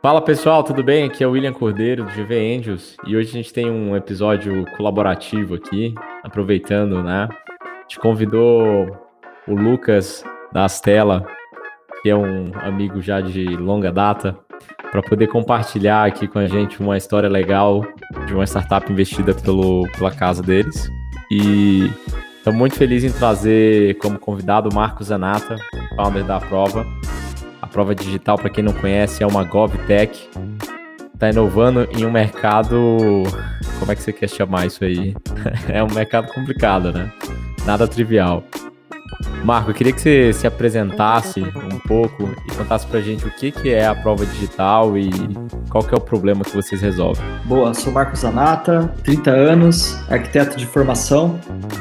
Fala pessoal, tudo bem? Aqui é o William Cordeiro do GV Angels e hoje a gente tem um episódio colaborativo aqui, aproveitando, né? Te convidou o Lucas da Astela, que é um amigo já de longa data, para poder compartilhar aqui com a gente uma história legal de uma startup investida pela casa deles. E estamos muito felizes em trazer como convidado o Marco Zanata, founder da Aprova. A Prova Digital, para quem não conhece, é uma GovTech. Está inovando em um mercado... Como é que você quer chamar isso aí? É um mercado complicado, né? Nada trivial. Marco, eu queria que você se apresentasse um pouco e contasse pra gente o que é a Prova Digital e qual que é o problema que vocês resolvem. Boa, sou Marco Zanata, 30 anos, arquiteto de formação.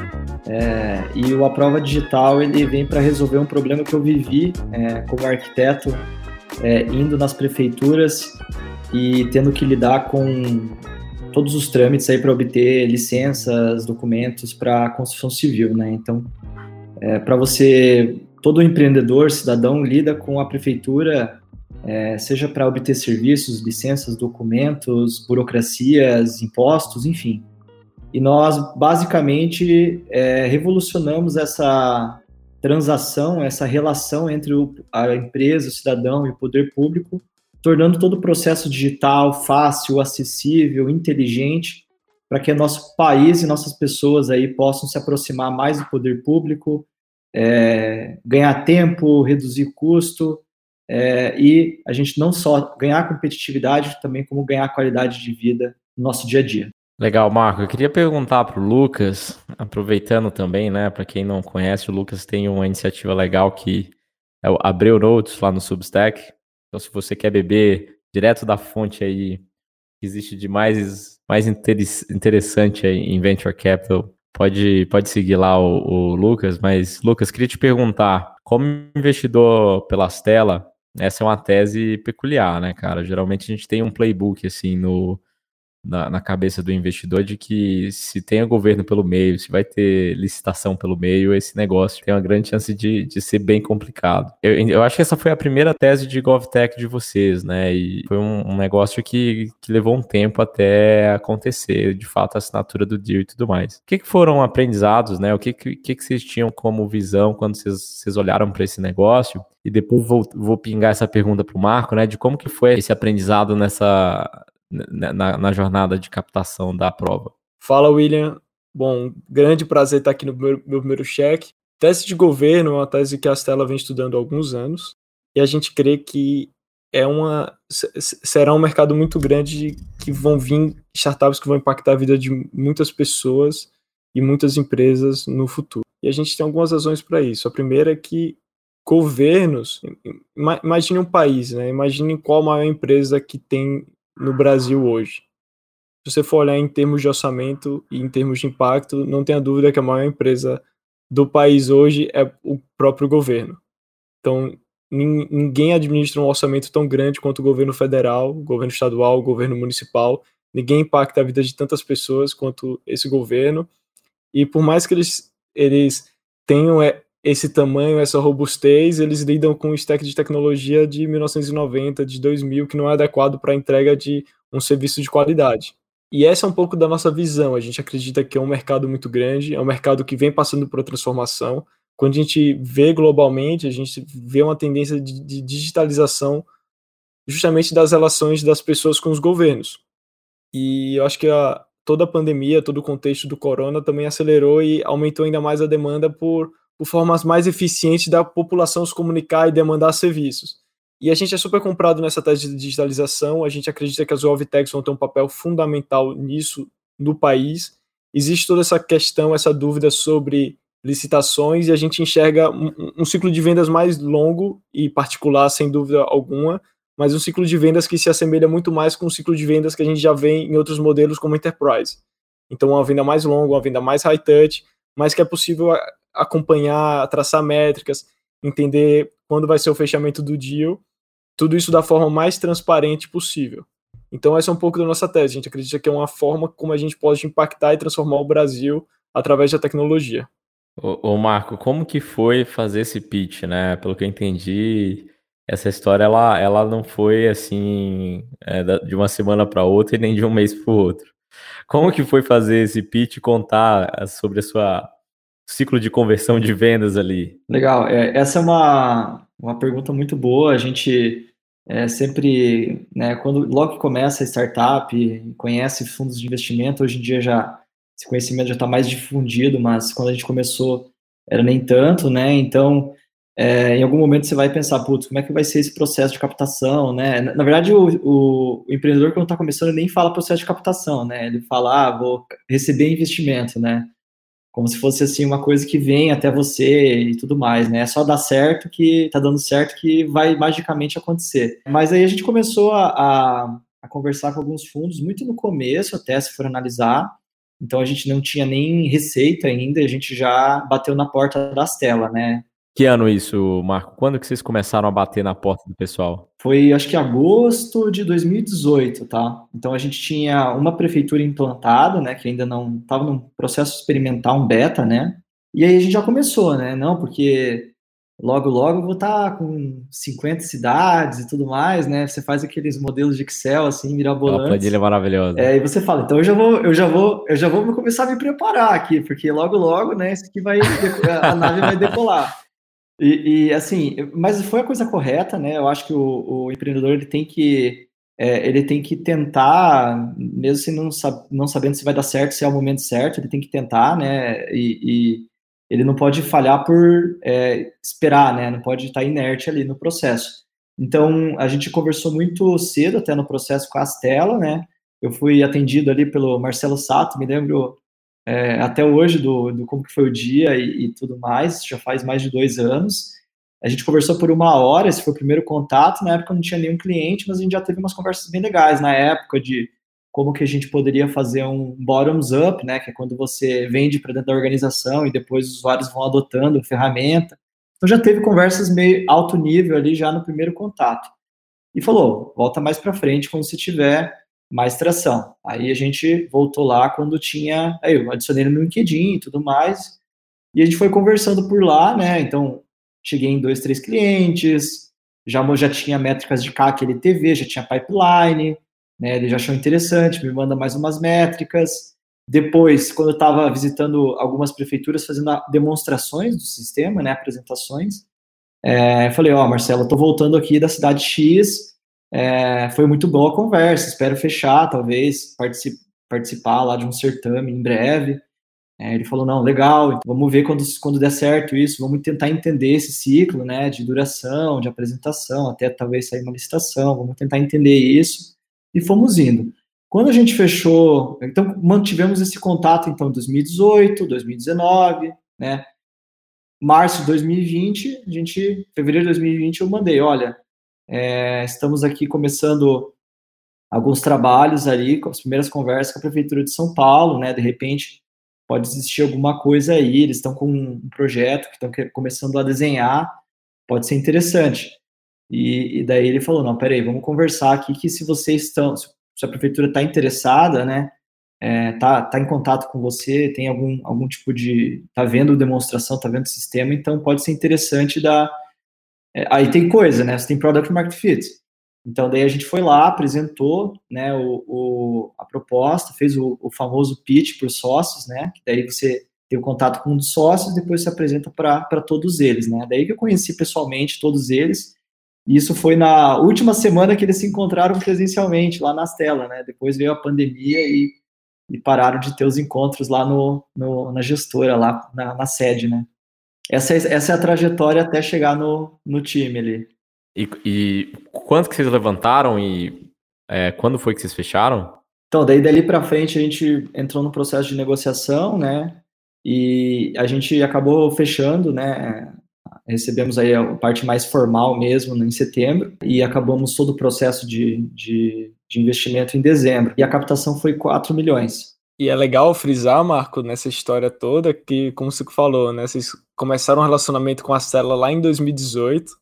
E o Aprova Digital ele vem para resolver um problema que eu vivi como arquiteto, indo nas prefeituras e tendo que lidar com todos os trâmites aí para obter licenças, documentos para construção civil, né? Então, para você, todo empreendedor, cidadão, lida com a prefeitura, seja para obter serviços, licenças, documentos, burocracias, impostos, enfim. E nós, basicamente, revolucionamos essa transação, essa relação entre a empresa, o cidadão e o poder público, tornando todo o processo digital fácil, acessível, inteligente, para que nosso país e nossas pessoas aí possam se aproximar mais do poder público, ganhar tempo, reduzir custo, e a gente não só ganhar competitividade, também como ganhar qualidade de vida no nosso dia a dia. Legal, Marco. Eu queria perguntar para o Lucas, aproveitando também, né? Para quem não conhece, o Lucas tem uma iniciativa legal que é o Abreu Notes lá no Substack. Então, se você quer beber direto da fonte aí, que existe de mais interessante aí em Venture Capital, pode seguir lá o Lucas. Mas, Lucas, queria te perguntar, como investidor pela Astela, essa é uma tese peculiar, né, cara? Geralmente a gente tem um playbook, assim, na cabeça do investidor de que se tem governo pelo meio, se vai ter licitação pelo meio, esse negócio tem uma grande chance de ser bem complicado. Eu acho que essa foi a primeira tese de GovTech de vocês, né? E foi um negócio que levou um tempo até acontecer, de fato, a assinatura do deal e tudo mais. O que foram aprendizados, né? O que vocês tinham como visão quando vocês olharam para esse negócio? E depois vou pingar essa pergunta para o Marco, né? De como que foi esse aprendizado na jornada de captação da prova. Fala, William. Bom, grande prazer estar aqui no meu primeiro cheque. Tese de governo é uma tese que a Astela vem estudando há alguns anos e a gente crê que será um mercado muito grande, que vão vir startups que vão impactar a vida de muitas pessoas e muitas empresas no futuro. E a gente tem algumas razões para isso. A primeira é que governos, imagine um país, né? Imagine qual a maior empresa que tem no Brasil hoje. Se você for olhar em termos de orçamento e em termos de impacto, não tenha dúvida que a maior empresa do país hoje é o próprio governo. Então, ninguém administra um orçamento tão grande quanto o governo federal, o governo estadual, o governo municipal. Ninguém impacta a vida de tantas pessoas quanto esse governo. E por mais que eles tenham esse tamanho, essa robustez, eles lidam com um stack de tecnologia de 1990, de 2000, que não é adequado para a entrega de um serviço de qualidade. E essa é um pouco da nossa visão. A gente acredita que é um mercado muito grande, é um mercado que vem passando por transformação. Quando a gente vê globalmente, a gente vê uma tendência de digitalização justamente das relações das pessoas com os governos. E eu acho que toda a pandemia, todo o contexto do corona também acelerou e aumentou ainda mais a demanda por formas mais eficientes da população se comunicar e demandar serviços. E a gente é super comprado nessa tese de digitalização, a gente acredita que as GovTechs vão ter um papel fundamental nisso no país. Existe toda essa questão, essa dúvida sobre licitações, e a gente enxerga um ciclo de vendas mais longo e particular, sem dúvida alguma, mas um ciclo de vendas que se assemelha muito mais com o ciclo de vendas que a gente já vê em outros modelos como Enterprise. Então, uma venda mais longa, uma venda mais high touch, mas que é possível acompanhar, traçar métricas, entender quando vai ser o fechamento do deal, tudo isso da forma mais transparente possível. Então essa é um pouco da nossa tese. A gente acredita que é uma forma como a gente pode impactar e transformar o Brasil através da tecnologia. Ô Marco, como que foi fazer esse pitch, né? Pelo que eu entendi, essa história ela não foi assim de uma semana para outra e nem de um mês para o outro. Como que foi fazer esse pitch e contar sobre a sua ciclo de conversão de vendas ali? Legal. Essa é uma pergunta muito boa. A gente sempre, né, logo que começa a startup, conhece fundos de investimento, hoje em dia esse conhecimento já está mais difundido, mas quando a gente começou era nem tanto, né? Então, em algum momento você vai pensar, putz, como é que vai ser esse processo de captação, né? Na verdade, o empreendedor, quando está começando, ele nem fala processo de captação, né? Ele fala, vou receber investimento, né? Como se fosse, assim, uma coisa que vem até você e tudo mais, né? É só dar certo que tá dando certo que vai magicamente acontecer. Mas aí a gente começou a conversar com alguns fundos, muito no começo, até se for analisar. Então a gente não tinha nem receita ainda, a gente já bateu na porta das telas, né? Que ano isso, Marco? Quando que vocês começaram a bater na porta do pessoal? Foi, acho que agosto de 2018, tá? Então a gente tinha uma prefeitura implantada, né, que ainda não estava num processo experimental, um beta, né? E aí a gente já começou, né? Não, porque logo eu vou estar com 50 cidades e tudo mais, né? Você faz aqueles modelos de Excel assim, Aquela mirabolantes. planilha maravilhosa. E você fala, então eu já vou começar a me preparar aqui, porque logo, né, isso aqui a nave vai decolar. Assim, mas foi a coisa correta, né? Eu acho que o empreendedor ele tem que tentar, mesmo se não sabendo se vai dar certo, se é o momento certo, ele tem que tentar, né? E ele não pode falhar por esperar, né? Não pode estar inerte ali no processo. Então, a gente conversou muito cedo até no processo com a Astela, né? Eu fui atendido ali pelo Marcelo Sato, me lembro até hoje do como que foi o dia e tudo mais, já faz mais de 2 anos. A gente conversou por 1 hora, esse foi o primeiro contato, na época não tinha nenhum cliente, mas a gente já teve umas conversas bem legais na época de como que a gente poderia fazer um bottoms up, né, que é quando você vende para dentro da organização e depois os usuários vão adotando a ferramenta. Então já teve conversas meio alto nível ali já no primeiro contato. E falou, volta mais para frente quando você tiver mais tração. Aí a gente voltou lá quando tinha, aí eu adicionei no LinkedIn e tudo mais, e a gente foi conversando por lá, né, então cheguei em 2, 3 clientes, já tinha métricas de CAC, LTV, já tinha pipeline, né, ele já achou interessante, me manda mais umas métricas. Depois, quando eu estava visitando algumas prefeituras, fazendo demonstrações do sistema, né, apresentações, eu falei, Marcelo, eu tô voltando aqui da cidade X, foi muito boa a conversa, espero fechar, talvez participar lá de um certame em breve. Ele falou, não, legal, então vamos ver quando der certo isso, vamos tentar entender esse ciclo, né, de duração, de apresentação, até talvez sair uma licitação, vamos tentar entender isso, e fomos indo. Quando a gente fechou, então mantivemos esse contato, então, em 2018, 2019, né, março de 2020, fevereiro de 2020, eu mandei, olha, estamos aqui começando alguns trabalhos ali, com as primeiras conversas com a Prefeitura de São Paulo, né, de repente pode existir alguma coisa aí, eles estão com um projeto que estão começando a desenhar, pode ser interessante. E daí ele falou, não, peraí, vamos conversar aqui que se a Prefeitura está interessada, né, tá em contato com você, tem algum tipo de, tá vendo demonstração, tá vendo sistema, então pode ser interessante aí tem coisa, né, você tem Product Market Fit. Então daí a gente foi lá, apresentou, né, a proposta, fez o famoso pitch para os sócios, né, que daí você tem o contato com um dos sócios, depois se apresenta para todos eles, né, daí que eu conheci pessoalmente todos eles. E isso foi na última semana que eles se encontraram presencialmente lá na Astela, né, depois veio a pandemia e pararam de ter os encontros lá na gestora, lá na sede, né. Essa é a trajetória até chegar no time ali. E quanto que vocês levantaram e quando foi que vocês fecharam? Então, daí dali para frente a gente entrou no processo de negociação, né, e a gente acabou fechando, né, recebemos aí a parte mais formal mesmo em setembro e acabamos todo o processo de investimento em dezembro. E a captação foi 4 milhões. E é legal frisar, Marco, nessa história toda, que, como você falou, né, vocês começaram um relacionamento com a Astela lá em 2018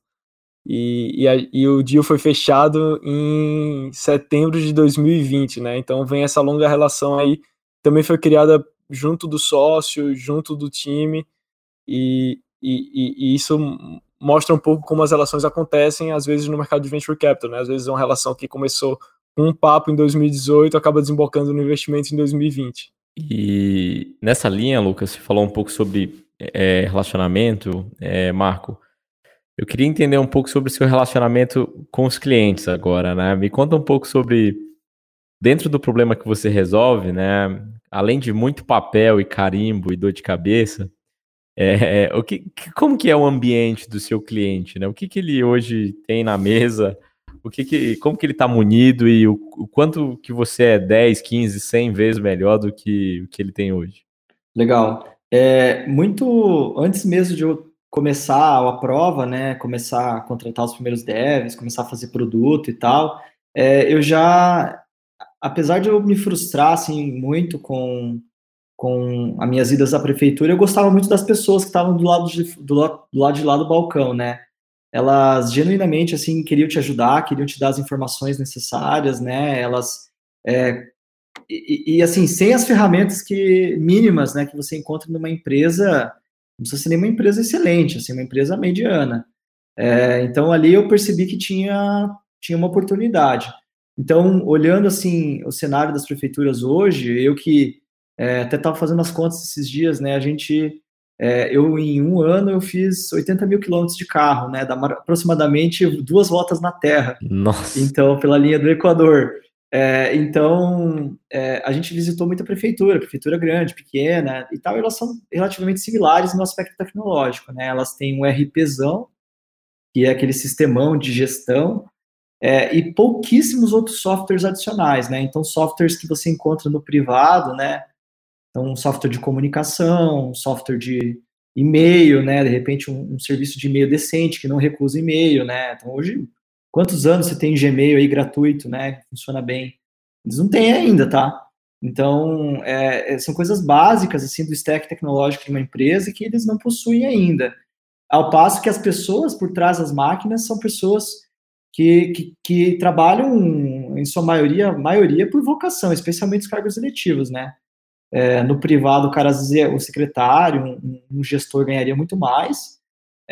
e o deal foi fechado em setembro de 2020, né? Então vem essa longa relação aí, também foi criada junto do sócio, junto do time, e isso mostra um pouco como as relações acontecem, às vezes, no mercado de venture capital, né? Às vezes é uma relação que começou com um papo em 2018, acaba desembocando no investimento em 2020. E nessa linha, Lucas, você falou um pouco sobre relacionamento, Marco. Eu queria entender um pouco sobre o seu relacionamento com os clientes agora, né? Me conta um pouco sobre, dentro do problema que você resolve, né? Além de muito papel e carimbo e dor de cabeça, como que é o ambiente do seu cliente, né? O que ele hoje tem na mesa? Como que ele está munido e o quanto que você é 10, 15, 100 vezes melhor do que o que ele tem hoje? Legal. Muito antes mesmo de eu começar a prova, né, começar a contratar os primeiros devs, começar a fazer produto e tal, eu já, apesar de eu me frustrar assim, muito com as minhas idas à prefeitura, eu gostava muito das pessoas que estavam do lado de lá do balcão, né? Elas genuinamente assim queriam te ajudar, queriam te dar as informações necessárias, né? Elas assim, sem as ferramentas mínimas, né, que você encontra numa empresa, não precisa ser nem uma empresa excelente, assim, uma empresa mediana. Então ali eu percebi que tinha uma oportunidade. Então, olhando assim o cenário das prefeituras hoje, eu que até estava fazendo as contas esses dias, né? Eu em um ano eu fiz 80 mil quilômetros de carro, né? Dá aproximadamente 2 voltas na Terra. Nossa. Então, pela linha do Equador. A gente visitou muita prefeitura grande, pequena e tal, e elas são relativamente similares no aspecto tecnológico, né? Elas têm um RPzão, que é aquele sistemão de gestão, e pouquíssimos outros softwares adicionais, né? Então, softwares que você encontra no privado, né? Então, um software de comunicação, um software de e-mail, né? De repente, um serviço de e-mail decente que não recusa e-mail, né? Então, hoje, quantos anos você tem Gmail aí gratuito, né? Funciona bem. Eles não têm ainda, tá? Então, são coisas básicas, assim, do stack tecnológico de uma empresa que eles não possuem ainda. Ao passo que as pessoas por trás das máquinas são pessoas que trabalham, em sua maioria por vocação, especialmente os cargos eletivos, né? No privado, o cara, às vezes, o secretário, um gestor ganharia muito mais.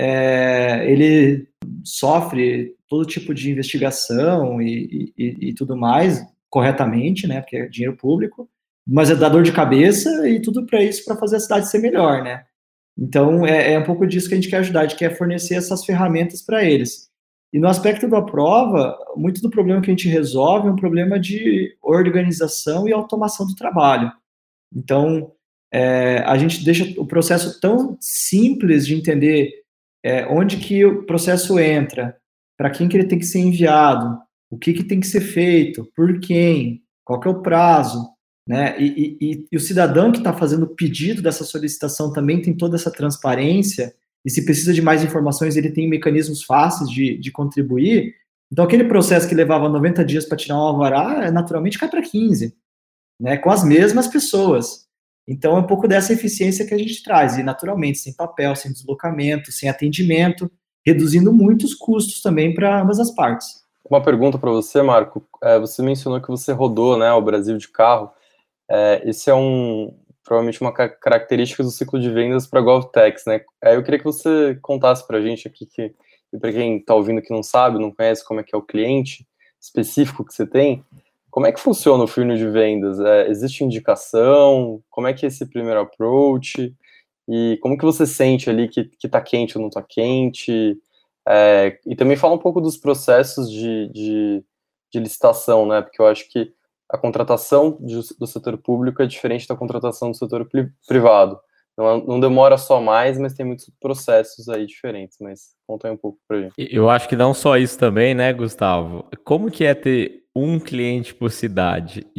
Ele sofre todo tipo de investigação e tudo mais, corretamente, né? Porque é dinheiro público, mas é dá dor de cabeça e tudo para isso, para fazer a cidade ser melhor, né? Então, um pouco disso que a gente quer ajudar, a gente quer fornecer essas ferramentas para eles. E no aspecto da prova, muito do problema que a gente resolve é um problema de organização e automação do trabalho. Então, a gente deixa o processo tão simples de entender onde que o processo entra, para quem que ele tem que ser enviado, o que tem que ser feito, por quem, qual que é o prazo, né? E o cidadão que está fazendo o pedido dessa solicitação também tem toda essa transparência, e se precisa de mais informações, ele tem mecanismos fáceis de contribuir. Então, aquele processo que levava 90 dias para tirar um alvará, naturalmente cai para 15, né, com as mesmas pessoas. Então, é um pouco dessa eficiência que a gente traz, e naturalmente, sem papel, sem deslocamento, sem atendimento, reduzindo muitos custos também para ambas as partes. Uma pergunta para você, Marco. Você mencionou que você rodou, né, o Brasil de carro. Esse é provavelmente uma característica do ciclo de vendas para a GovTech, né? Eu queria que você contasse para a gente aqui, e para quem está ouvindo que não sabe, não conhece como é que é o cliente específico que você tem, como é que funciona o funil de vendas? Existe indicação? Como é que é esse primeiro approach? E como que você sente ali que está quente ou não está quente? E também fala um pouco dos processos de licitação, né? Porque eu acho que a contratação do setor público é diferente da contratação do setor privado. Não demora só mais, mas tem muitos processos aí diferentes. Mas conta aí um pouco pra gente. Eu acho que não só isso também, né, Gustavo? Como que é ter um cliente por cidade?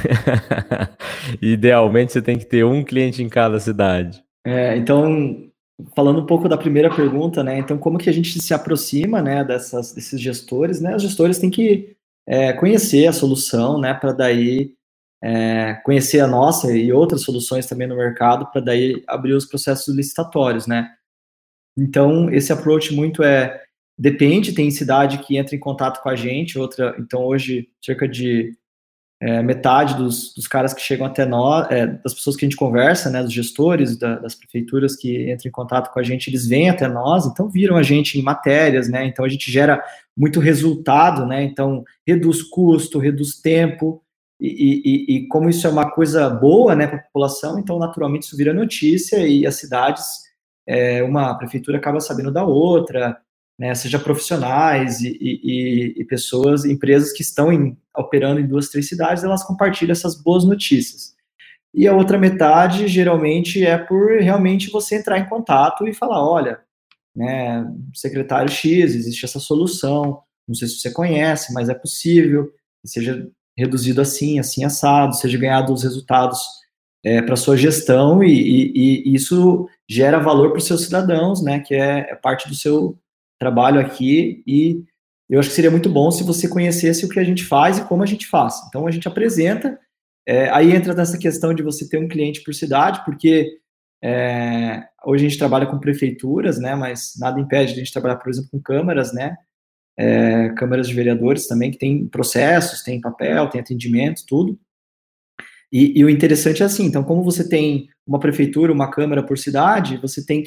Idealmente você tem que ter um cliente em cada cidade. Então, falando um pouco da primeira pergunta, né? Então, como que a gente se aproxima, né, desses gestores, né? Os gestores têm que conhecer a solução, né? Para daí conhecer a nossa e outras soluções também no mercado, para daí abrir os processos licitatórios, né? Então, esse approach muito depende, tem cidade que entra em contato com a gente, outra, então hoje cerca de metade dos caras que chegam até nós, das pessoas que a gente conversa, né, dos gestores das prefeituras que entram em contato com a gente, eles vêm até nós, então viram a gente em matérias, né, então a gente gera muito resultado, né, então reduz custo, reduz tempo, e como isso é uma coisa boa, né, para a população, então naturalmente isso vira notícia e as cidades, uma prefeitura acaba sabendo da outra, né, seja profissionais e pessoas, empresas que estão operando em 2, 3 cidades, elas compartilham essas boas notícias. E a outra metade, geralmente, é por realmente você entrar em contato e falar, olha, né, secretário X, existe essa solução, não sei se você conhece, mas é possível que seja reduzido assim, assim, assado, seja ganhado os resultados para sua gestão e isso gera valor para os seus cidadãos, né, que é parte do seu trabalho aqui, e eu acho que seria muito bom se você conhecesse o que a gente faz e como a gente faz. Então, a gente apresenta, aí entra nessa questão de você ter um cliente por cidade, porque hoje a gente trabalha com prefeituras, né, mas nada impede de a gente trabalhar, por exemplo, com câmaras, né, câmaras de vereadores também, que tem processos, tem papel, tem atendimento, tudo. E o interessante é assim, então, como você tem uma prefeitura, uma câmara por cidade, você tem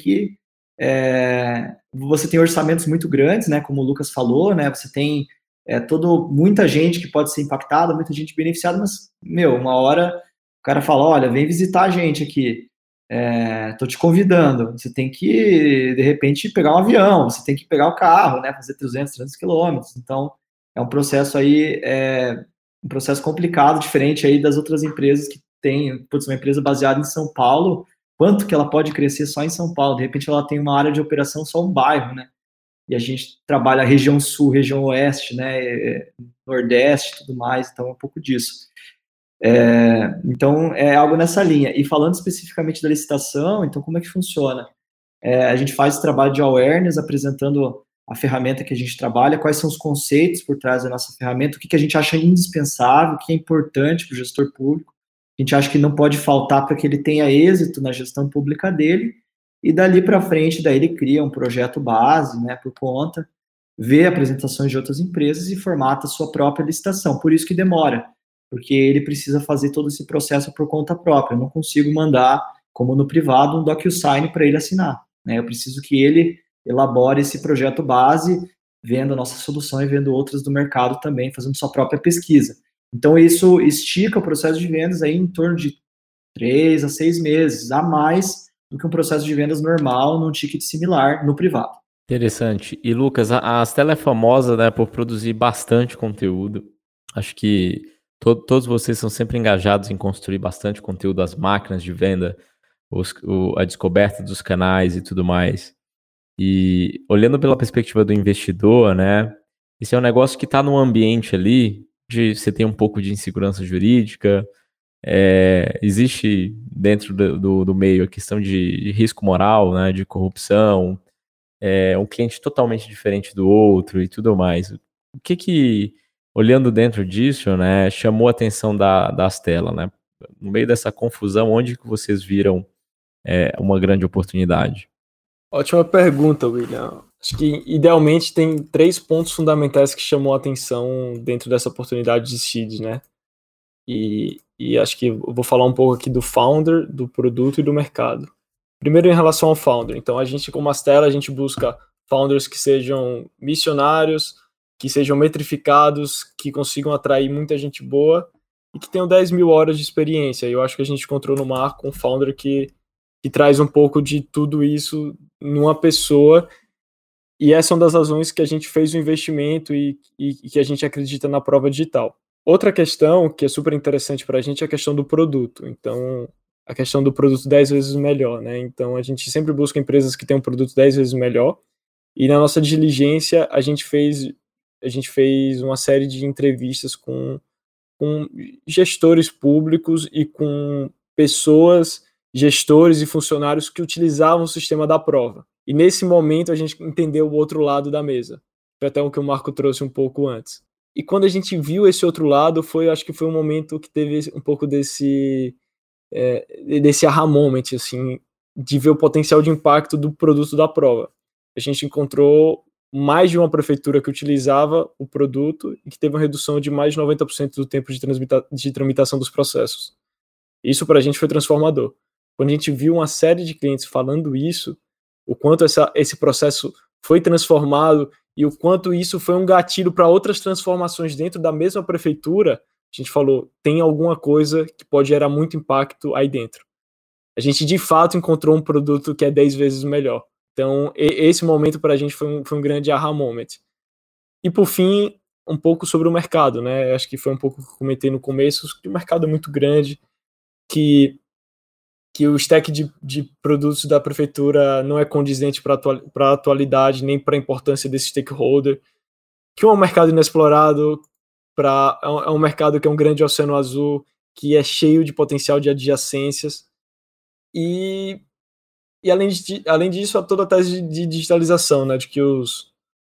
orçamentos muito grandes, né, como o Lucas falou, né, você tem muita gente que pode ser impactada, muita gente beneficiada, mas, uma hora o cara fala, olha, vem visitar a gente aqui, tô te convidando, você tem que, de repente, pegar um avião, você tem que pegar o carro, né, fazer 300 quilômetros, então, é um processo aí, um processo complicado, diferente aí das outras empresas que tem, uma empresa baseada em São Paulo, quanto que ela pode crescer só em São Paulo, de repente ela tem uma área de operação só um bairro, né, e a gente trabalha a região sul, região oeste, né, nordeste, tudo mais, então é um pouco disso. Então é algo nessa linha, e falando especificamente da licitação, então como é que funciona? A gente faz esse trabalho de awareness, apresentando a ferramenta que a gente trabalha, quais são os conceitos por trás da nossa ferramenta, o que a gente acha indispensável, o que é importante para o gestor público, a gente acha que não pode faltar para que ele tenha êxito na gestão pública dele, e dali para frente, daí ele cria um projeto base, né, por conta, vê apresentações de outras empresas e formata a sua própria licitação, por isso que demora, porque ele precisa fazer todo esse processo por conta própria, eu não consigo mandar, como no privado, um DocuSign para ele assinar, né, eu preciso que ele elabore esse projeto base, vendo a nossa solução e vendo outras do mercado também, fazendo sua própria pesquisa. Então, isso estica o processo de vendas aí em torno de 3 a 6 meses, a mais do que um processo de vendas normal num ticket similar no privado. Interessante. E, Lucas, a Astela é famosa, né, por produzir bastante conteúdo. Acho que todos vocês são sempre engajados em construir bastante conteúdo, as máquinas de venda, a descoberta dos canais e tudo mais. E olhando pela perspectiva do investidor, né, esse é um negócio que está num ambiente ali de você tem um pouco de insegurança jurídica, existe dentro do meio a questão de risco moral, né, de corrupção, um cliente totalmente diferente do outro e tudo mais. O que olhando dentro disso, né, chamou a atenção da Astela, né, no meio dessa confusão, onde que vocês viram uma grande oportunidade? Ótima pergunta, William. Acho que, idealmente, tem 3 pontos fundamentais que chamou a atenção dentro dessa oportunidade de seed, né? E acho que eu vou falar um pouco aqui do founder, do produto e do mercado. Primeiro, em relação ao founder. Então, a gente, como Astela, a gente busca founders que sejam missionários, que sejam metrificados, que consigam atrair muita gente boa e que tenham 10 mil horas de experiência. E eu acho que a gente encontrou no Marco um founder que traz um pouco de tudo isso numa pessoa, e essa é uma das razões que a gente fez o investimento e que a gente acredita na prova digital. Outra questão que é super interessante para a gente é a questão do produto. Então, a questão do produto 10 vezes melhor, né? Então, a gente sempre busca empresas que têm um produto 10 vezes melhor, e na nossa diligência a gente fez uma série de entrevistas com gestores públicos e com pessoas, gestores e funcionários que utilizavam o sistema da prova. E nesse momento a gente entendeu o outro lado da mesa. Foi até o que o Marco trouxe um pouco antes. E quando a gente viu esse outro lado, acho que foi um momento que teve um pouco desse aha moment, assim, de ver o potencial de impacto do produto da prova. A gente encontrou mais de uma prefeitura que utilizava o produto e que teve uma redução de mais de 90% do tempo de tramitação dos processos. Isso para a gente foi transformador. Quando a gente viu uma série de clientes falando isso, o quanto esse processo foi transformado e o quanto isso foi um gatilho para outras transformações dentro da mesma prefeitura, a gente falou, tem alguma coisa que pode gerar muito impacto aí dentro. A gente, de fato, encontrou um produto que é 10 vezes melhor. Então, esse momento para a gente foi um grande aha moment. E, por fim, um pouco sobre o mercado, né? Acho que foi um pouco que eu comentei no começo, que o mercado é muito grande, que o stack de produtos da prefeitura não é condizente para a atualidade, nem para a importância desse stakeholder, que é um mercado inexplorado, é um mercado que é um grande oceano azul, que é cheio de potencial de adjacências, e além disso, há toda a tese de digitalização, né, de que os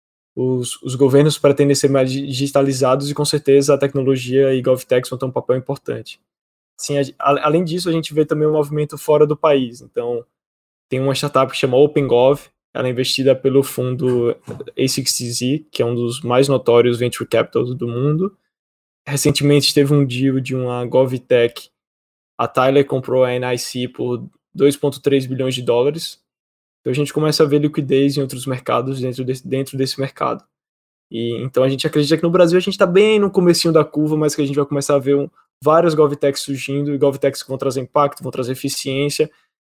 governos pretendem ser mais digitalizados e, com certeza, a tecnologia e GovTechs vão ter um papel importante. Sim, além disso, a gente vê também um movimento fora do país. Então, tem uma startup que chama OpenGov, ela é investida pelo fundo A60Z, que é um dos mais notórios venture capitals do mundo. Recentemente teve um deal de uma GovTech, a Tyler comprou a NIC por 2,3 bilhões de dólares. Então a gente começa a ver liquidez em outros mercados dentro desse mercado. E então a gente acredita que no Brasil a gente está bem no comecinho da curva, mas que a gente vai começar a ver várias GovTechs surgindo, e GovTechs que vão trazer impacto, vão trazer eficiência.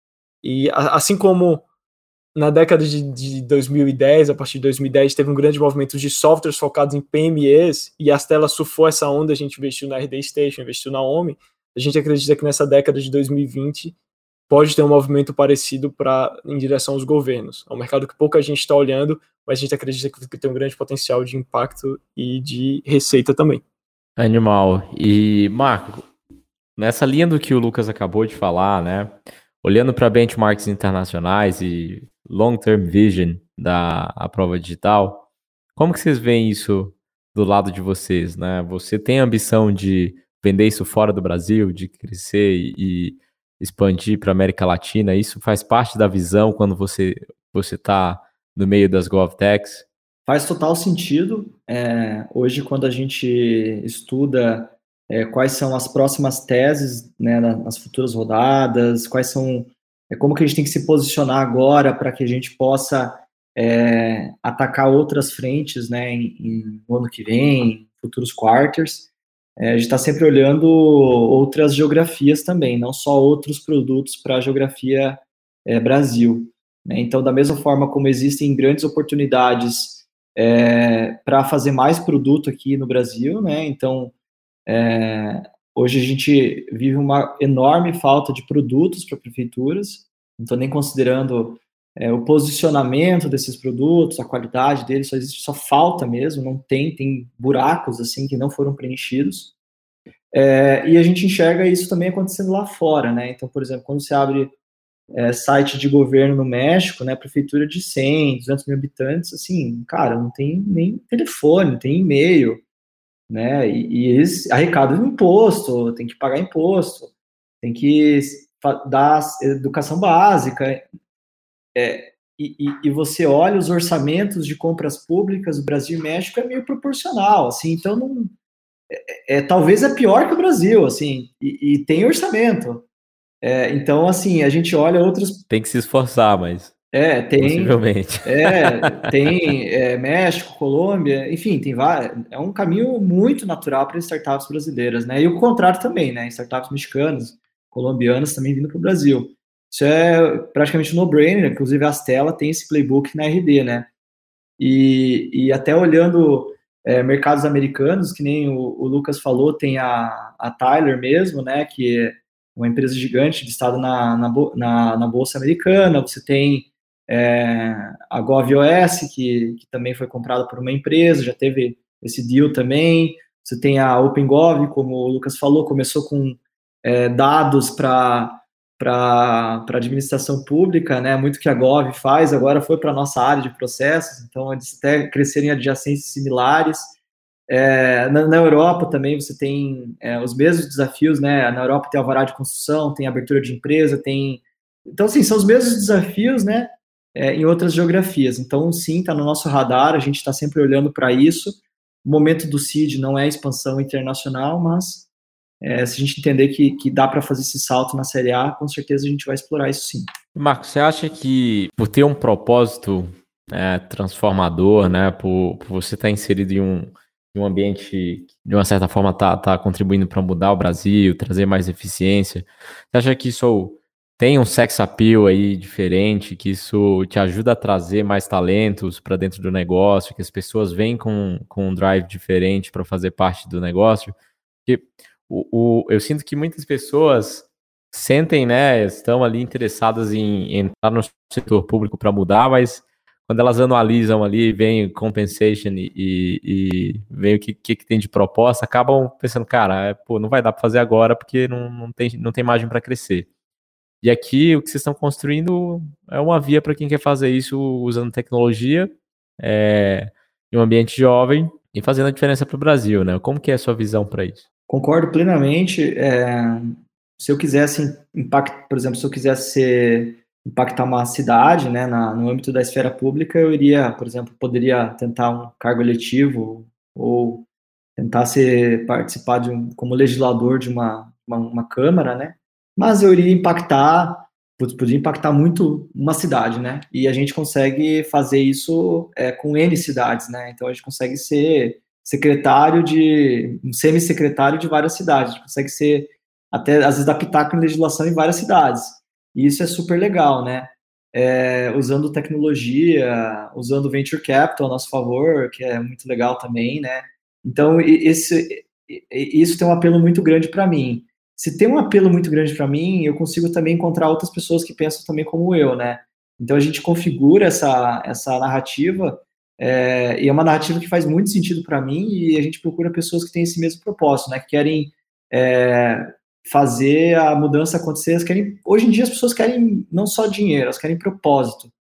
E assim como na década de 2010, a partir de 2010, teve um grande movimento de softwares focados em PMEs, e a Stella surfou essa onda, a gente investiu na RD Station, investiu na OMI. A gente acredita que nessa década de 2020 pode ter um movimento parecido em direção aos governos. É um mercado que pouca gente está olhando, mas a gente acredita que tem um grande potencial de impacto e de receita também. Animal. E, Marco, nessa linha do que o Lucas acabou de falar, né? Olhando para benchmarks internacionais e long-term vision da prova digital, como que vocês veem isso do lado de vocês, né? Você tem a ambição de vender isso fora do Brasil, de crescer e expandir para a América Latina? Isso faz parte da visão quando você está no meio das GovTechs? Faz total sentido. Hoje, quando a gente estuda quais são as próximas teses, né, nas futuras rodadas, como que a gente tem que se posicionar agora para que a gente possa atacar outras frentes, né, no ano que vem, futuros quarters. A gente está sempre olhando outras geografias também, não só outros produtos para a geografia Brasil, né? Então, da mesma forma como existem grandes oportunidades para fazer mais produto aqui no Brasil, né? Então, hoje a gente vive uma enorme falta de produtos para prefeituras, não estou nem considerando o posicionamento desses produtos, a qualidade deles, só falta mesmo, não tem buracos assim que não foram preenchidos, e a gente enxerga isso também acontecendo lá fora, né? Então, por exemplo, quando você abre site de governo no México, né, prefeitura de 100, 200 mil habitantes, assim, cara, não tem nem telefone, não tem e-mail, né, e eles arrecadam imposto, tem que pagar imposto, tem que dar educação básica, e você olha os orçamentos de compras públicas do Brasil e México, é meio proporcional, assim, então não, talvez é pior que o Brasil, assim, e tem orçamento. Então, assim, a gente olha outros... Tem que se esforçar, mas... tem... Possivelmente. Tem México, Colômbia, enfim, tem vários... É um caminho muito natural para startups brasileiras, né? E o contrário também, né? Startups mexicanas, colombianas também vindo para o Brasil. Isso é praticamente no-brainer, inclusive a Stella tem esse playbook na RD, né? E até olhando mercados americanos, que nem o Lucas falou, tem a Tyler mesmo, né? Que é uma empresa gigante listada na Bolsa Americana. Você tem a GovOS, que também foi comprada por uma empresa, já teve esse deal também. Você tem a OpenGov, como o Lucas falou, começou com dados para administração pública, né? Muito que a Gov faz, agora foi para a nossa área de processos, então eles até cresceram em adjacências similares. Na Europa também você tem os mesmos desafios, né? Na Europa tem alvará de construção, tem abertura de empresa, tem... Então, assim, são os mesmos desafios, né? em outras geografias. Então, sim, está no nosso radar, a gente está sempre olhando para isso. O momento do seed não é expansão internacional, mas se a gente entender que dá para fazer esse salto na Série A, com certeza a gente vai explorar isso sim. Marcos, você acha que por ter um propósito transformador, né, por você estar inserido em um ambiente que, de uma certa forma, tá contribuindo para mudar o Brasil, trazer mais eficiência, você acha que isso tem um sex appeal aí diferente, que isso te ajuda a trazer mais talentos para dentro do negócio, que as pessoas vêm com um drive diferente para fazer parte do negócio? Porque eu sinto que muitas pessoas sentem, né, estão ali interessadas em entrar no setor público para mudar, mas quando elas analisam ali, vem compensation e vem o que tem de proposta, acabam pensando, cara, não vai dar para fazer agora porque não tem margem para crescer. E aqui o que vocês estão construindo é uma via para quem quer fazer isso usando tecnologia em um ambiente jovem e fazendo a diferença para o Brasil, né? Como que é a sua visão para isso? Concordo plenamente. Se eu quisesse impactar, por exemplo, se eu quisesse impactar uma cidade, né, no âmbito da esfera pública, eu iria, por exemplo, poderia tentar um cargo eletivo ou tentar participar como legislador de uma câmara, né? Mas eu iria podia impactar muito uma cidade, né? E a gente consegue fazer isso com N cidades, né? Então a gente consegue ser um semi-secretário de várias cidades, a gente consegue ser até às vezes dar pitaco em legislação em várias cidades. E isso é super legal, né? Usando tecnologia, usando venture capital a nosso favor, que é muito legal também, né? Então, isso tem um apelo muito grande para mim. Se tem um apelo muito grande para mim, eu consigo também encontrar outras pessoas que pensam também como eu, né? Então, a gente configura essa narrativa, e é uma narrativa que faz muito sentido para mim, e a gente procura pessoas que têm esse mesmo propósito, né? Que querem fazer a mudança acontecer. Hoje em dia, as pessoas querem não só dinheiro, elas querem propósito.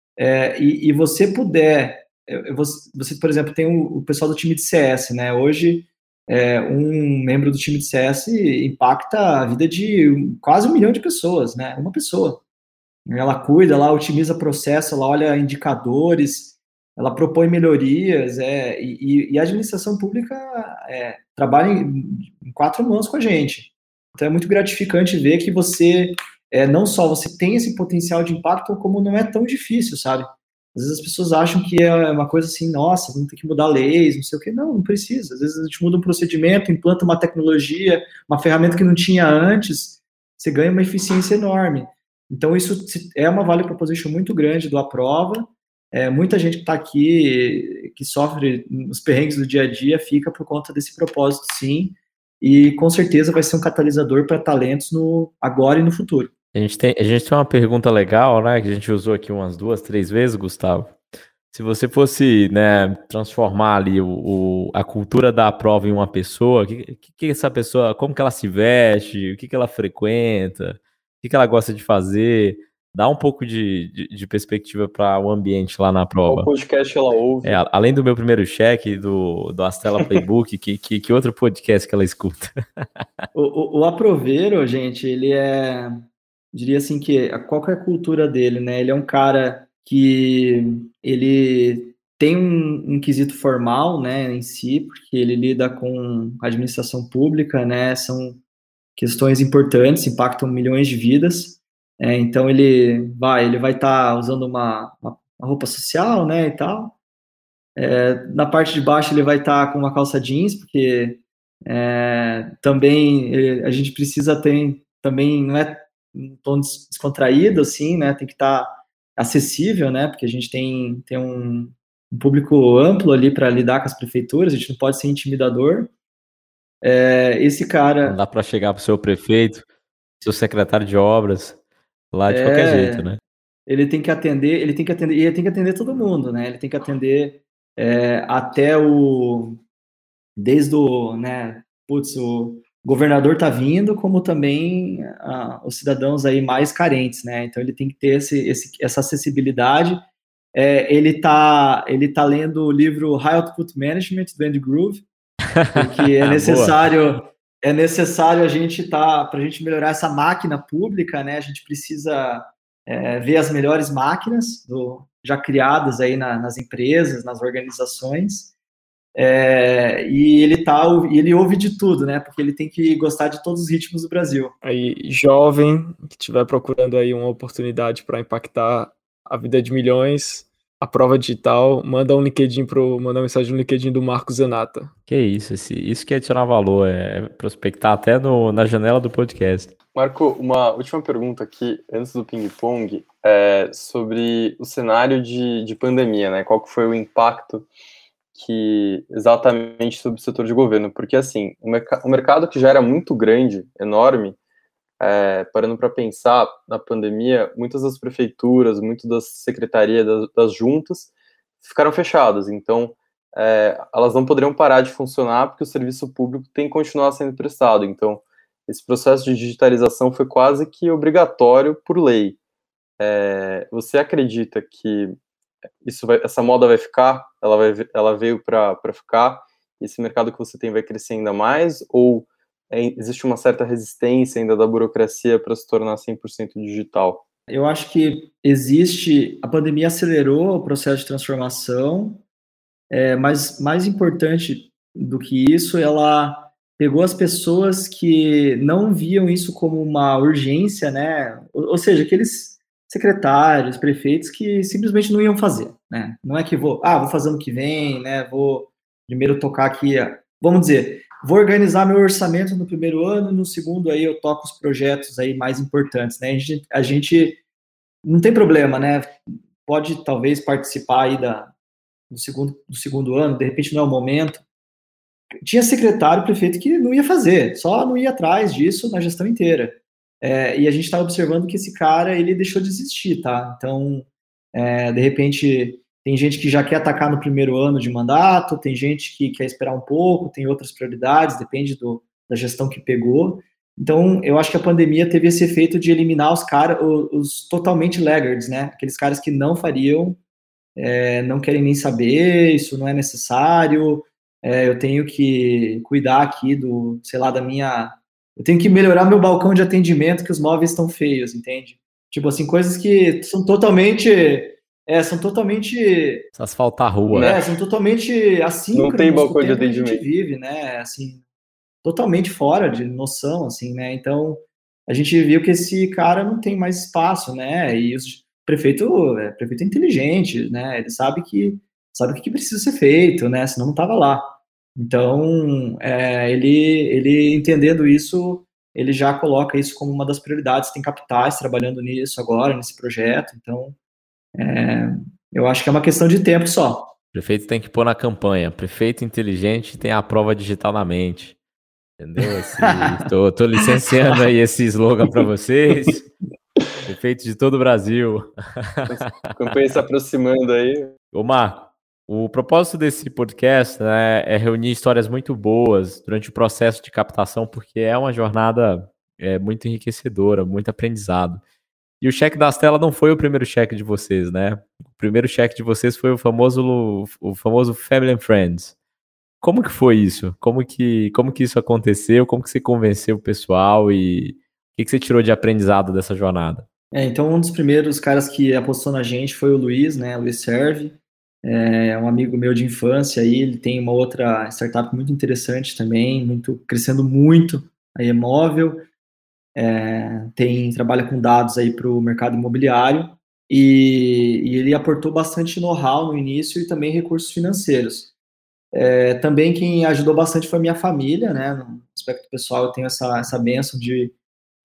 E você puder... Você, por exemplo, tem o pessoal do time de CS, né? Hoje, um membro do time de CS impacta a vida de quase 1 milhão de pessoas, né? Uma pessoa. Ela cuida, ela otimiza processo, ela olha indicadores, ela propõe melhorias, e a administração pública trabalha em 4 mãos com a gente. Então, é muito gratificante ver que você, não só você tem esse potencial de impacto, como não é tão difícil, sabe? Às vezes as pessoas acham que é uma coisa assim, nossa, vamos ter que mudar leis, não sei o quê. Não precisa. Às vezes a gente muda um procedimento, implanta uma tecnologia, uma ferramenta que não tinha antes, você ganha uma eficiência enorme. Então isso é uma value proposition muito grande do Aprova. Muita gente que está aqui, que sofre os perrengues do dia a dia, fica por conta desse propósito, sim. E com certeza vai ser um catalisador para talentos agora e no futuro. A gente tem uma pergunta legal, né, que a gente usou aqui umas 2, 3 vezes, Gustavo. Se você fosse, né, transformar ali a cultura da Aprova em uma pessoa, que essa pessoa, como que ela se veste, o que ela frequenta, o que ela gosta de fazer, dá um pouco de perspectiva para o ambiente lá na Aprova. Qual podcast ela ouve? Além do meu primeiro cheque, do Astela Playbook, que outro podcast que ela escuta? O Aproveiro, gente, ele diria assim que qual que é a cultura dele, né? Ele é um cara que ele tem um quesito formal, né, em si, porque ele lida com administração pública, né? São questões importantes, impactam milhões de vidas. Então ele vai estar usando uma roupa social, né, e tal. Na parte de baixo ele vai estar com uma calça jeans, porque também a gente precisa ter, também não é um tom descontraído, assim, né, tem que estar acessível, né, porque a gente tem um público amplo ali para lidar com as prefeituras, a gente não pode ser intimidador. Esse cara... Não dá para chegar para o seu prefeito, seu secretário de obras, lá de qualquer jeito, né? Ele tem que atender, e ele tem que atender todo mundo, né, ele tem que atender desde o, né, o governador tá vindo, como também os cidadãos aí mais carentes, né? Então ele tem que ter essa acessibilidade. Ele tá lendo o livro High Output Management do Andy Grove, porque é necessário a gente para a gente melhorar essa máquina pública, né? A gente precisa ver as melhores máquinas já criadas aí nas empresas, nas organizações, e ele ouve de tudo, né? Porque ele tem que gostar de todos os ritmos do Brasil. Aí, jovem, que estiver procurando aí uma oportunidade para impactar a vida de milhões, a prova digital, manda uma mensagem no LinkedIn do Marco Zanata. Que isso que é adicionar valor, é prospectar até na janela do podcast. Marco, uma última pergunta aqui, antes do ping-pong, sobre o cenário de pandemia, né? Qual que foi o impacto exatamente sobre o setor de governo? Porque, assim, o mercado que já era muito grande, enorme, parando para pensar na pandemia, muitas das prefeituras, muitas das secretarias, das juntas, ficaram fechadas. Então, elas não poderiam parar de funcionar porque o serviço público tem que continuar sendo prestado. Então, esse processo de digitalização foi quase que obrigatório por lei. Você acredita que essa moda vai ficar? Ela veio para ficar? Esse mercado que você tem vai crescer ainda mais? Ou existe uma certa resistência ainda da burocracia para se tornar 100% digital? Eu acho que a pandemia acelerou o processo de transformação, mas mais importante do que isso, ela pegou as pessoas que não viam isso como uma urgência, né? Ou seja, aqueles secretários, prefeitos que simplesmente não iam fazer, né? Não é que vou fazer ano que vem, né? Vou primeiro tocar aqui, vamos dizer, vou organizar meu orçamento no primeiro ano, no segundo aí eu toco os projetos aí mais importantes, né? A gente não tem problema, né? Pode talvez participar aí do segundo ano, de repente não é o momento. Tinha secretário, prefeito que não ia fazer, só não ia atrás disso na gestão inteira. E a gente está observando que esse cara, ele deixou de existir, tá? Então, de repente, tem gente que já quer atacar no primeiro ano de mandato, tem gente que quer esperar um pouco, tem outras prioridades, depende da gestão que pegou. Então, eu acho que a pandemia teve esse efeito de eliminar os totalmente laggards, né? Aqueles caras que não fariam, não querem nem saber, isso não é necessário, eu tenho que cuidar aqui eu tenho que melhorar meu balcão de atendimento que os móveis estão feios, entende? Tipo assim, coisas que são totalmente... Se asfaltar a rua. São totalmente assíncronos. Não tem balcão de atendimento. atendimento. A gente vive, né? Assim, totalmente fora de noção, assim, né? Então, a gente viu que esse cara não tem mais espaço, né? E o prefeito é inteligente, né? Ele sabe o que precisa ser feito, né? Senão não estava lá. Então, ele entendendo isso, ele já coloca isso como uma das prioridades. Tem capitais trabalhando nisso agora, nesse projeto. Então, eu acho que é uma questão de tempo só. O prefeito tem que pôr na campanha. Prefeito inteligente tem a prova digital na mente. Entendeu? Tô licenciando aí esse slogan para vocês. Prefeito de todo o Brasil. A campanha se aproximando aí. Ô, Marco, o propósito desse podcast, né, é reunir histórias muito boas durante o processo de captação, porque é uma jornada muito enriquecedora, muito aprendizado. E o cheque das telas não foi o primeiro cheque de vocês, né? O primeiro cheque de vocês foi o famoso Family and Friends. Como que foi isso? Como que isso aconteceu? Como que você convenceu o pessoal e o que você tirou de aprendizado dessa jornada? Então, um dos primeiros caras que apostou na gente foi o Luiz, né? Luiz Serve, um amigo meu de infância aí, ele tem uma outra startup muito interessante também, crescendo muito, aí é móvel, trabalha com dados aí para o mercado imobiliário e ele aportou bastante know-how no início e também recursos financeiros. Também quem ajudou bastante foi a minha família, né? No aspecto pessoal, eu tenho essa bênção de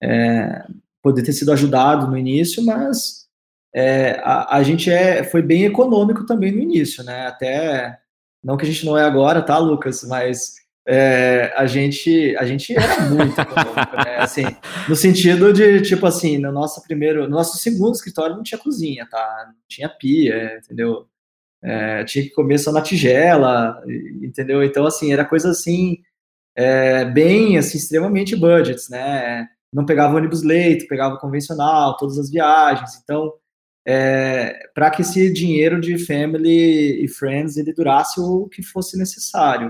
poder ter sido ajudado no início, mas a gente foi bem econômico também no início, né? Até, não que a gente não é agora, tá, Lucas? Mas a gente era muito econômico, né? Assim, no sentido de, tipo assim, no nosso segundo escritório não tinha cozinha, tá? Não tinha pia, entendeu? Tinha que comer só na tigela, entendeu? Então, assim, era coisa assim, bem, assim, extremamente budgets, né? Não pegava ônibus leito, pegava convencional, todas as viagens. Então, para que esse dinheiro de family e friends ele durasse o que fosse necessário.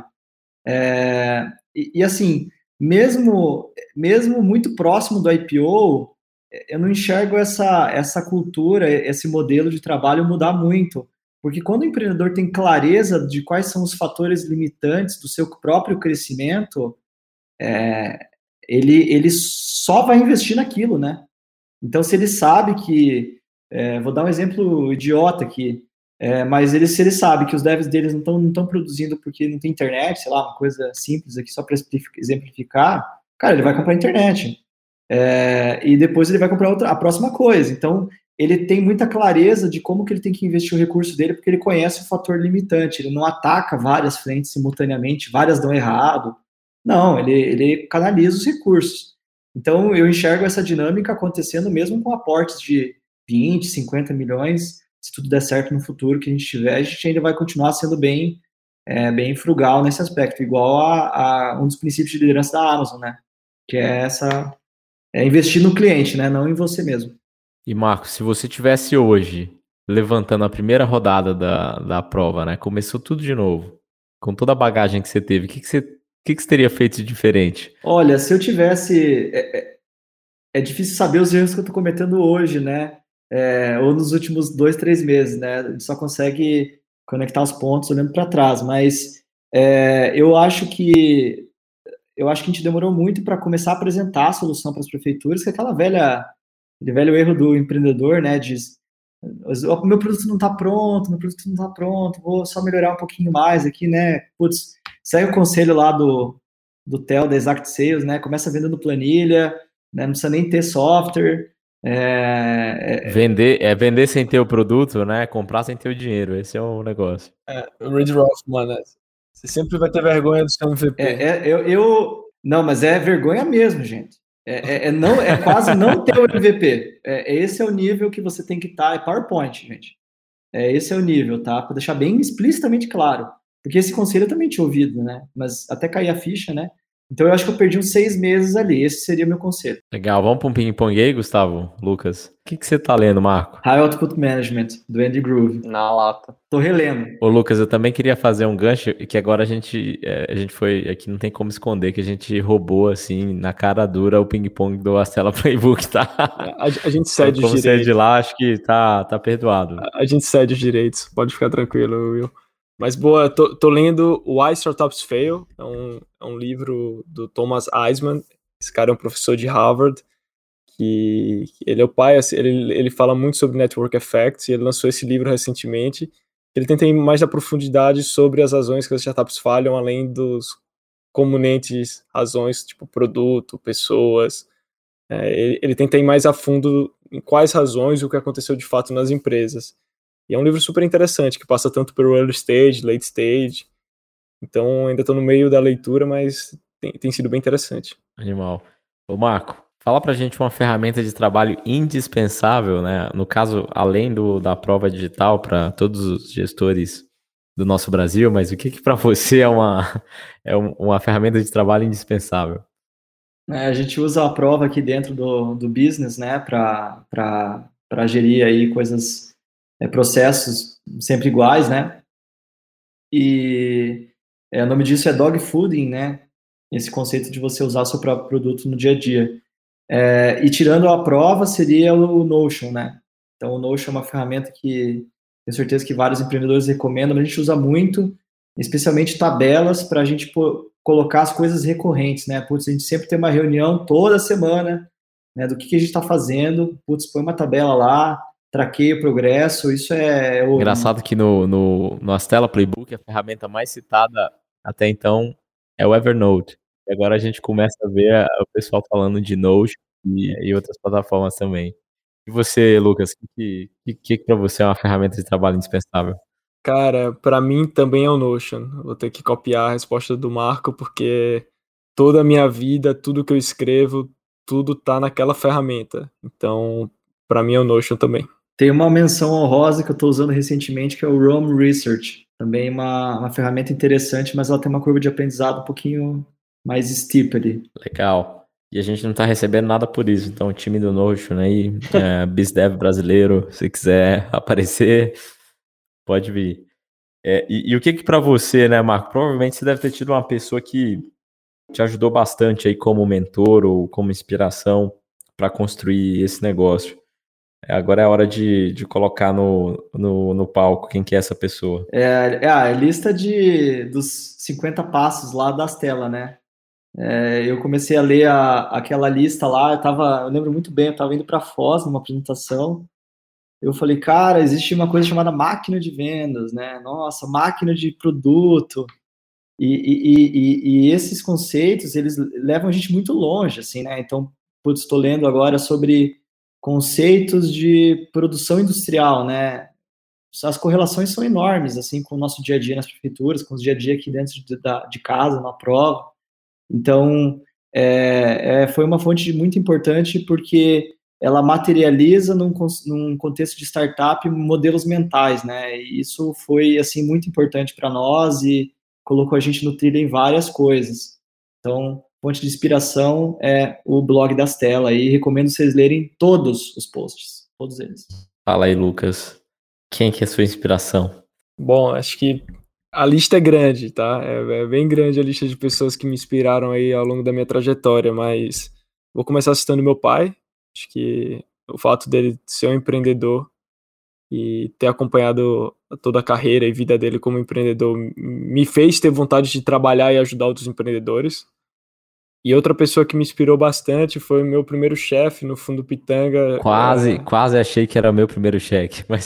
E assim, mesmo muito próximo do IPO, eu não enxergo essa cultura, esse modelo de trabalho mudar muito. Porque quando o empreendedor tem clareza de quais são os fatores limitantes do seu próprio crescimento, ele só vai investir naquilo, né? Então, se ele sabe que... vou dar um exemplo idiota aqui, mas se ele sabe que os devs deles não estão produzindo porque não tem internet, sei lá, uma coisa simples aqui só para exemplificar, cara, ele vai comprar a internet. E depois ele vai comprar a próxima coisa. Então, ele tem muita clareza de como que ele tem que investir o recurso dele, porque ele conhece o fator limitante. Ele não ataca várias frentes simultaneamente, várias dão errado. Não, ele canaliza os recursos. Então, eu enxergo essa dinâmica acontecendo mesmo com aportes de 20, 50 milhões. Se tudo der certo no futuro que a gente tiver, a gente ainda vai continuar sendo bem frugal nesse aspecto, igual a um dos princípios de liderança da Amazon, né? Que é investir no cliente, né? Não em você mesmo. E Marcos, se você tivesse hoje levantando a primeira rodada da prova, né? Começou tudo de novo, com toda a bagagem que você teve, o que você teria feito de diferente? Olha, se eu tivesse... É difícil saber os erros que eu estou cometendo hoje, né? Ou nos últimos 2, 3 meses, né? A gente só consegue conectar os pontos olhando para trás, mas eu acho que a gente demorou muito para começar a apresentar a solução para as prefeituras, que é aquele velho erro do empreendedor, né? Meu produto não está pronto, vou só melhorar um pouquinho mais aqui, né? Putz, segue o conselho lá do Theo, da Exact Sales, né? Começa vendendo planilha, né? Não precisa nem ter software. Vender sem ter o produto, né? Comprar sem ter o dinheiro, esse é o negócio. O Reid Rothman, né? Você sempre vai ter vergonha do seu MVP. Não, mas é vergonha mesmo, gente. Quase não ter o MVP. Esse é o nível que você tem que estar. É PowerPoint, gente. Esse é o nível, tá? Para deixar bem explicitamente claro. Porque esse conselho eu também tinha ouvido, né? Mas até cair a ficha, né? Então eu acho que eu perdi uns 6 meses ali. Esse seria o meu conselho. Legal. Vamos para um ping-pong aí, Gustavo? Lucas? O que você tá lendo, Marco? High Output Management, do Andy Grove. Na lata. Tô relendo. Ô, Lucas, eu também queria fazer um gancho, que agora a gente foi, aqui não tem como esconder, que a gente roubou, assim, na cara dura o ping-pong do Astela Playbook, tá? A gente cede os direitos. Como você é de lá, acho que tá perdoado. A gente cede os direitos, pode ficar tranquilo, Will. Mas boa, tô lendo Why Startups Fail, é um livro do Thomas Eisman. Esse cara é um professor de Harvard, que ele é o pai, ele fala muito sobre Network Effects, e ele lançou esse livro recentemente. Ele tenta ir mais na profundidade sobre as razões que as startups falham, além dos comunentes razões, tipo produto, pessoas. Ele tenta ir mais a fundo em quais razões e o que aconteceu de fato nas empresas. E é um livro super interessante, que passa tanto pelo early stage, late stage. Então, ainda estou no meio da leitura, mas tem sido bem interessante. Animal. Ô, Marco, fala pra gente uma ferramenta de trabalho indispensável, né? No caso, além da prova digital para todos os gestores do nosso Brasil, mas o que para você é uma ferramenta de trabalho indispensável? A gente usa a prova aqui dentro do business, né, para gerir aí coisas, processos sempre iguais, né? E o nome disso é dog fooding, né? Esse conceito de você usar o seu próprio produto no dia a dia. E tirando a prova seria o Notion, né? Então o Notion é uma ferramenta que tenho certeza que vários empreendedores recomendam, mas a gente usa muito, especialmente tabelas para a gente colocar as coisas recorrentes, né? Putz, a gente sempre tem uma reunião toda semana, né? Do que a gente está fazendo, putz, põe uma tabela lá, traqueia o progresso, isso é... Engraçado que no Astela Playbook a ferramenta mais citada até então é o Evernote. E agora a gente começa a ver o pessoal falando de Notion e outras plataformas também. E você, Lucas, o que para você é uma ferramenta de trabalho indispensável? Cara, para mim também é o Notion. Vou ter que copiar a resposta do Marco, porque toda a minha vida, tudo que eu escrevo, tudo tá naquela ferramenta. Então, para mim é o Notion também. Tem uma menção honrosa que eu estou usando recentemente, que é o Roam Research. Também uma ferramenta interessante, mas ela tem uma curva de aprendizado um pouquinho mais steep ali. Legal. E a gente não está recebendo nada por isso. Então, o time do Notion aí, BizDev brasileiro, se quiser aparecer, pode vir. E o que para você, né, Marco? Provavelmente você deve ter tido uma pessoa que te ajudou bastante aí como mentor ou como inspiração para construir esse negócio. Agora é a hora de colocar no palco quem que é essa pessoa. A lista dos 50 passos lá das telas, né? Eu comecei a ler aquela lista lá, eu lembro muito bem, eu estava indo para Foz numa apresentação, eu falei, cara, existe uma coisa chamada máquina de vendas, né? Nossa, máquina de produto. E esses conceitos, eles levam a gente muito longe, assim, né? Então, estou lendo agora sobre conceitos de produção industrial, né? As correlações são enormes, assim, com o nosso dia a dia nas prefeituras, com o dia a dia aqui dentro de casa, na prova. Então, foi uma fonte muito importante porque ela materializa num contexto de startup modelos mentais, né? E isso foi, assim, muito importante para nós e colocou a gente no trilho em várias coisas. Então, fonte de inspiração é o blog das telas e recomendo vocês lerem todos os posts, todos eles. Fala aí, Lucas. Quem que é a sua inspiração? Bom, acho que a lista é grande, tá? É bem grande a lista de pessoas que me inspiraram aí ao longo da minha trajetória, mas vou começar citando meu pai. Acho que o fato dele ser um empreendedor e ter acompanhado toda a carreira e vida dele como empreendedor me fez ter vontade de trabalhar e ajudar outros empreendedores. E outra pessoa que me inspirou bastante foi o meu primeiro chefe no Fundo Pitanga. Quase achei que era o meu primeiro cheque, mas...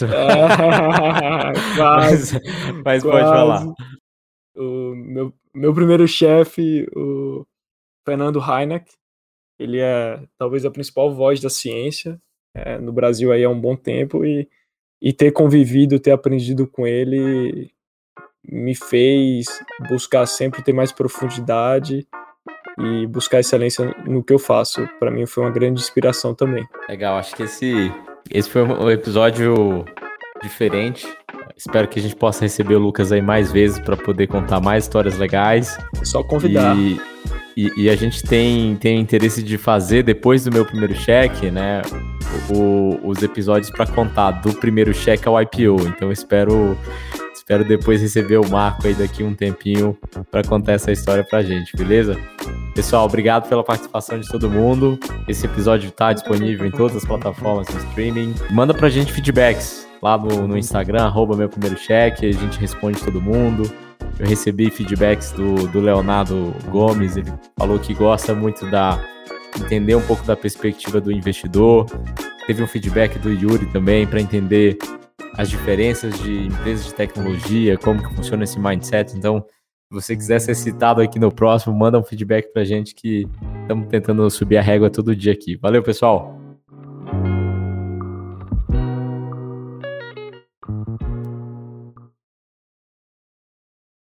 Quase, mas pode falar. O meu primeiro chefe, o Fernando Heineck, ele é talvez a principal voz da ciência no Brasil aí há um bom tempo e ter convivido, ter aprendido com ele me fez buscar sempre ter mais profundidade e buscar excelência no que eu faço. Para mim foi uma grande inspiração também. Legal, acho que esse foi um episódio diferente. Espero que a gente possa receber o Lucas aí mais vezes para poder contar mais histórias legais. É só convidar. E a gente tem interesse de fazer, depois do meu primeiro cheque, né, os episódios para contar do primeiro cheque ao IPO. Então eu espero depois receber o Marco aí daqui um tempinho para contar essa história pra gente, beleza? Pessoal, obrigado pela participação de todo mundo. Esse episódio está disponível em todas as plataformas de streaming. Manda pra gente feedbacks lá no Instagram, @meuprimeiro-cheque, a gente responde todo mundo. Eu recebi feedbacks do Leonardo Gomes, ele falou que gosta muito entender um pouco da perspectiva do investidor. Teve um feedback do Yuri também para entender as diferenças de empresas de tecnologia, como que funciona esse mindset. Então, se você quiser ser citado aqui no próximo, manda um feedback pra gente que estamos tentando subir a régua todo dia aqui. Valeu, pessoal!